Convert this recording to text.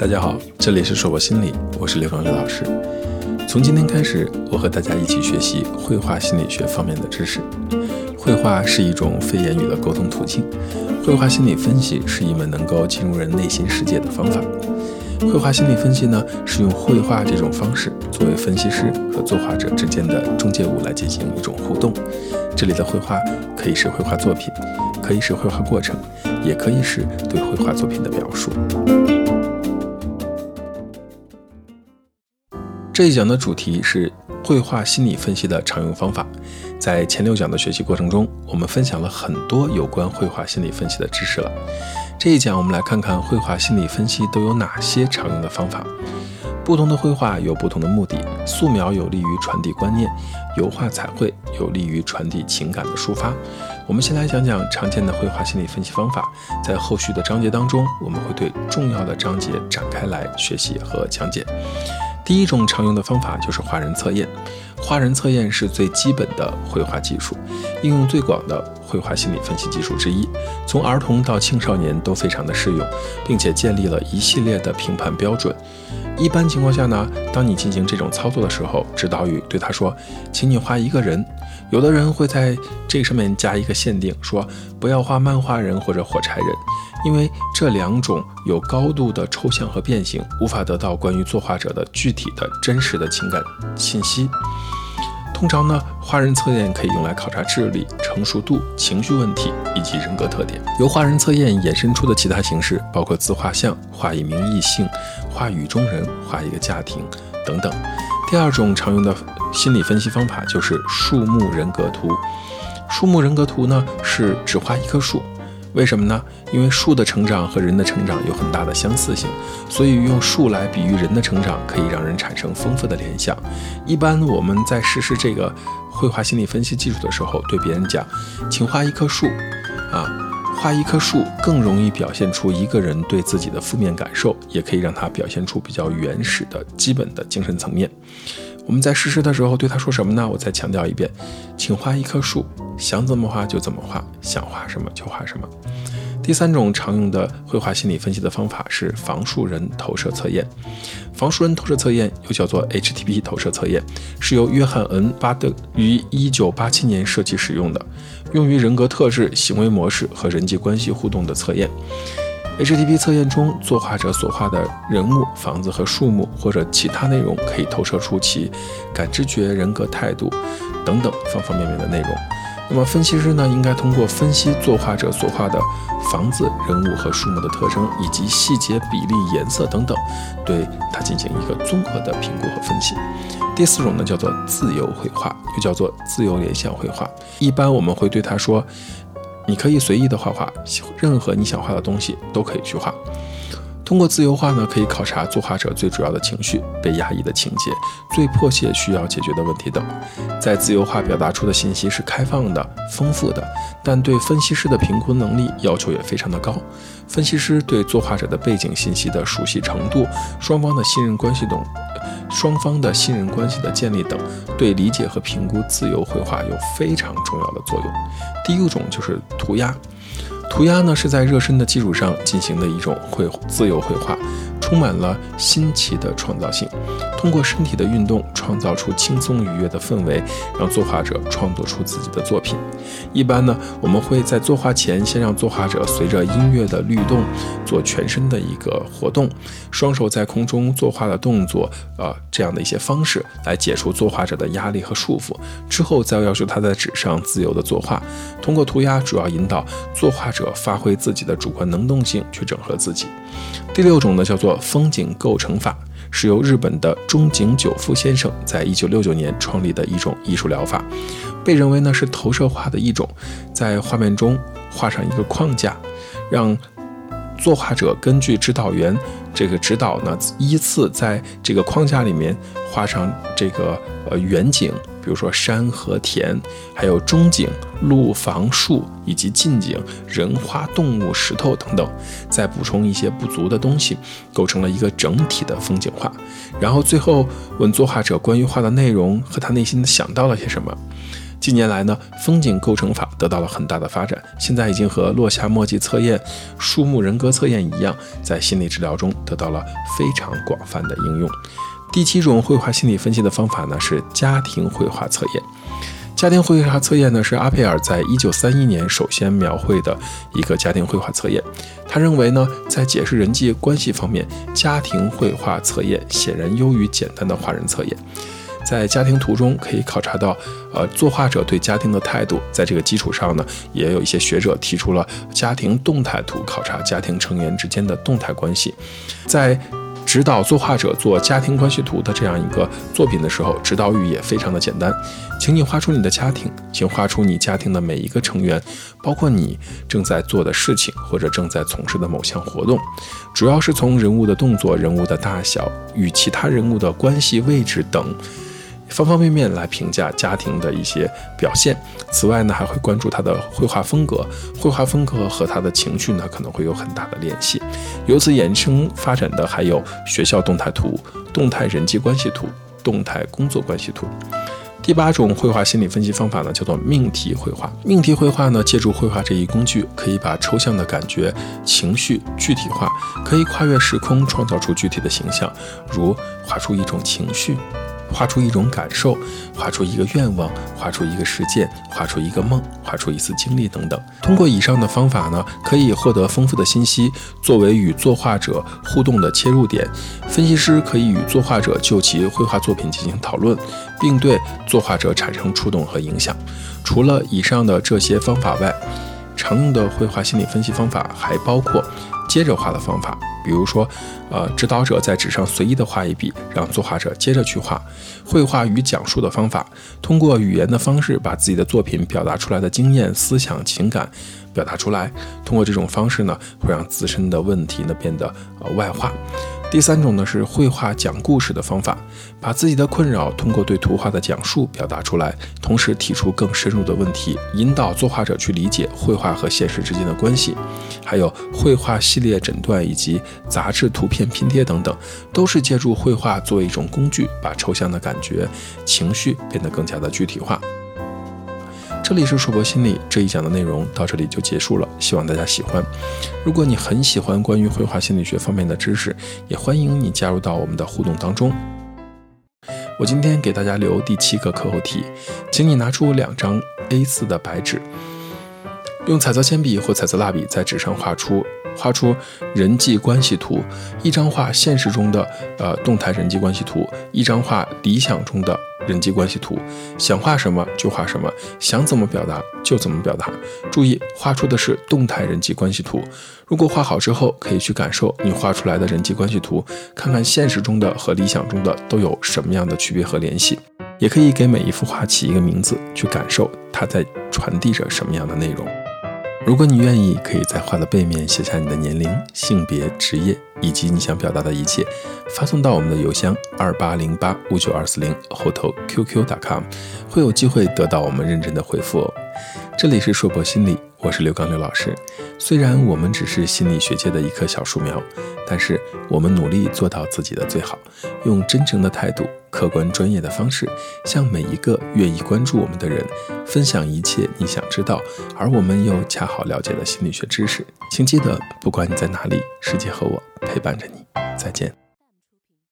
大家好，这里是硕博心理，我是刘刚刘老师。从今天开始，我和大家一起学习绘画心理学方面的知识。绘画是一种非言语的沟通途径，绘画心理分析是一门能够进入人内心世界的方法。绘画心理分析呢，是用绘画这种方式作为分析师和作画者之间的中介物来进行一种互动。这里的绘画可以是绘画作品，可以是绘画过程，也可以是对绘画作品的描述。这一讲的主题是绘画心理分析的常用方法。在前6讲的学习过程中，我们分享了很多有关绘画心理分析的知识了。这一讲我们来看看绘画心理分析都有哪些常用的方法。不同的绘画有不同的目的，素描有利于传递观念，油画彩绘有利于传递情感的抒发。我们先来讲讲常见的绘画心理分析方法，在后续的章节当中，我们会对重要的章节展开来学习和讲解。第一种常用的方法就是画人测验。画人测验是最基本的绘画技术，应用最广的绘画心理分析技术之一，从儿童到青少年都非常的适用，并且建立了一系列的评判标准。一般情况下呢，当你进行这种操作的时候，指导语对他说，请你画一个人。有的人会在这个上面加一个限定，说不要画漫画人或者火柴人，因为这两种有高度的抽象和变形，无法得到关于作画者的具体的真实的情感信息。通常呢，画人测验可以用来考察智力、成熟度、情绪问题以及人格特点。由画人测验衍生出的其他形式包括自画像、画一名异性、画语中人、画一个家庭等等。第二种常用的心理分析方法就是树木人格图。树木人格图呢，是只画一棵树。为什么呢？因为树的成长和人的成长有很大的相似性，所以用树来比喻人的成长，可以让人产生丰富的联想。一般我们在实施这个绘画心理分析技术的时候，对别人讲，请画一棵树画一棵树更容易表现出一个人对自己的负面感受，也可以让他表现出比较原始的基本的精神层面。我们在实施的时候对他说什么呢？我再强调一遍，请画一棵树，想怎么画就怎么画，想画什么就画什么。第三种常用的绘画心理分析的方法是房树人投射测验。房树人投射测验又叫做 HTP 投射测验，是由约翰 N. 巴德于1987年设计使用的，用于人格特质、行为模式和人际关系互动的测验。HTP 测验中，作画者所画的人物、房子和树木或者其他内容可以投射出其感知觉、人格态度等等方方面面的内容。那么分析师呢，应该通过分析作画者所画的房子、人物和树木的特征，以及细节、比例、颜色等等，对它进行一个综合的评估和分析。第四种呢，叫做自由绘画，又叫做自由联想绘画。一般我们会对他说，你可以随意的画画，任何你想画的东西都可以去画。通过自由画呢，可以考察作画者最主要的情绪、被压抑的情节、最迫切需要解决的问题等。在自由画表达出的信息是开放的、丰富的，但对分析师的评估能力要求也非常的高。分析师对作画者的背景信息的熟悉程度、双方的信任关系的建立等，对理解和评估自由绘画有非常重要的作用。第一种就是涂鸦。涂鸦呢，是在热身的基础上进行的一种自由绘画，充满了新奇的创造性。通过身体的运动，创造出轻松愉悦的氛围，让作画者创作出自己的作品。一般呢，我们会在作画前先让作画者随着音乐的律动做全身的一个活动，双手在空中作画的动作，这样的一些方式来解除作画者的压力和束缚。之后再要求他在纸上自由的作画。通过涂鸦主要引导作画者发挥自己的主观能动性去整合自己。第六种呢，叫做风景构成法，是由日本的中井久夫先生在1969年创立的一种艺术疗法，被认为呢是投射画的一种。在画面中画上一个框架，让作画者根据指导员这个指导呢，依次在这个框架里面画上这个远景，比如说山河田，还有中景路房树，以及近景人花动物石头等等，再补充一些不足的东西，构成了一个整体的风景画。然后最后问作画者关于画的内容和他内心想到了些什么。 近年来呢，风景构成法得到了很大的发展，现在已经和洛夏墨迹测验、树木人格测验一样，在心理治疗中得到了非常广泛的应用。第7种绘画心理分析的方法呢，是家庭绘画测验。家庭绘画测验呢，是阿佩尔在1931年首先描绘的一个家庭绘画测验。他认为呢，在解释人际关系方面，家庭绘画测验显然优于简单的画人测验。在家庭图中可以考察到，作画者对家庭的态度。在这个基础上呢，也有一些学者提出了家庭动态图，考察家庭成员之间的动态关系。在指导作画者做家庭关系图的这样一个作品的时候，指导语也非常的简单，请你画出你的家庭，请画出你家庭的每一个成员，包括你正在做的事情或者正在从事的某项活动，主要是从人物的动作、人物的大小、与其他人物的关系位置等方方面面来评价家庭的一些表现。此外呢，还会关注他的绘画风格，绘画风格和他的情绪呢可能会有很大的联系。由此衍生发展的还有学校动态图、动态人际关系图、动态工作关系图。第8种绘画心理分析方法呢，叫做命题绘画。命题绘画呢，借助绘画这一工具，可以把抽象的感觉、情绪具体化，可以跨越时空创造出具体的形象，如画出一种情绪，画出一种感受，画出一个愿望，画出一个事件，画出一个梦，画出一次经历等等。通过以上的方法呢，可以获得丰富的信息，作为与作画者互动的切入点。分析师可以与作画者就其绘画作品进行讨论，并对作画者产生触动和影响。除了以上的这些方法外，常用的绘画心理分析方法还包括接着画的方法，比如说，指导者在纸上随意的画一笔，让作画者接着去画。绘画与讲述的方法，通过语言的方式把自己的作品表达出来的经验、思想、情感表达出来。通过这种方式呢，会让自身的问题呢变得外化。第3种呢是绘画讲故事的方法，把自己的困扰通过对图画的讲述表达出来，同时提出更深入的问题，引导作画者去理解绘画和现实之间的关系。还有绘画系列诊断以及杂志图片拼贴等等，都是借助绘画作为一种工具，把抽象的感觉、情绪变得更加的具体化。这里是硕博心理，这一讲的内容到这里就结束了，希望大家喜欢。如果你很喜欢关于绘画心理学方面的知识，也欢迎你加入到我们的互动当中。我今天给大家留第7个课后题，请你拿出2张 A4 的白纸，用彩色铅笔或彩色蜡笔在纸上画出人际关系图，一张画现实中的动态人际关系图，一张画理想中的人际关系图。想画什么就画什么，想怎么表达就怎么表达。注意，画出的是动态人际关系图。如果画好之后，可以去感受你画出来的人际关系图，看看现实中的和理想中的都有什么样的区别和联系。也可以给每一幅画起一个名字，去感受它在传递着什么样的内容。如果你愿意，可以在画的背面写下你的年龄、性别、职业以及你想表达的一切，发送到我们的邮箱2808-59240hotelqq.com， 会有机会得到我们认真的回复哦。这里是硕博心理，我是刘刚刘老师。虽然我们只是心理学界的一棵小树苗，但是我们努力做到自己的最好，用真诚的态度、客观专业的方式，向每一个愿意关注我们的人分享一切你想知道而我们又恰好了解的心理学知识。请记得，不管你在哪里，世界和我陪伴着你。再见。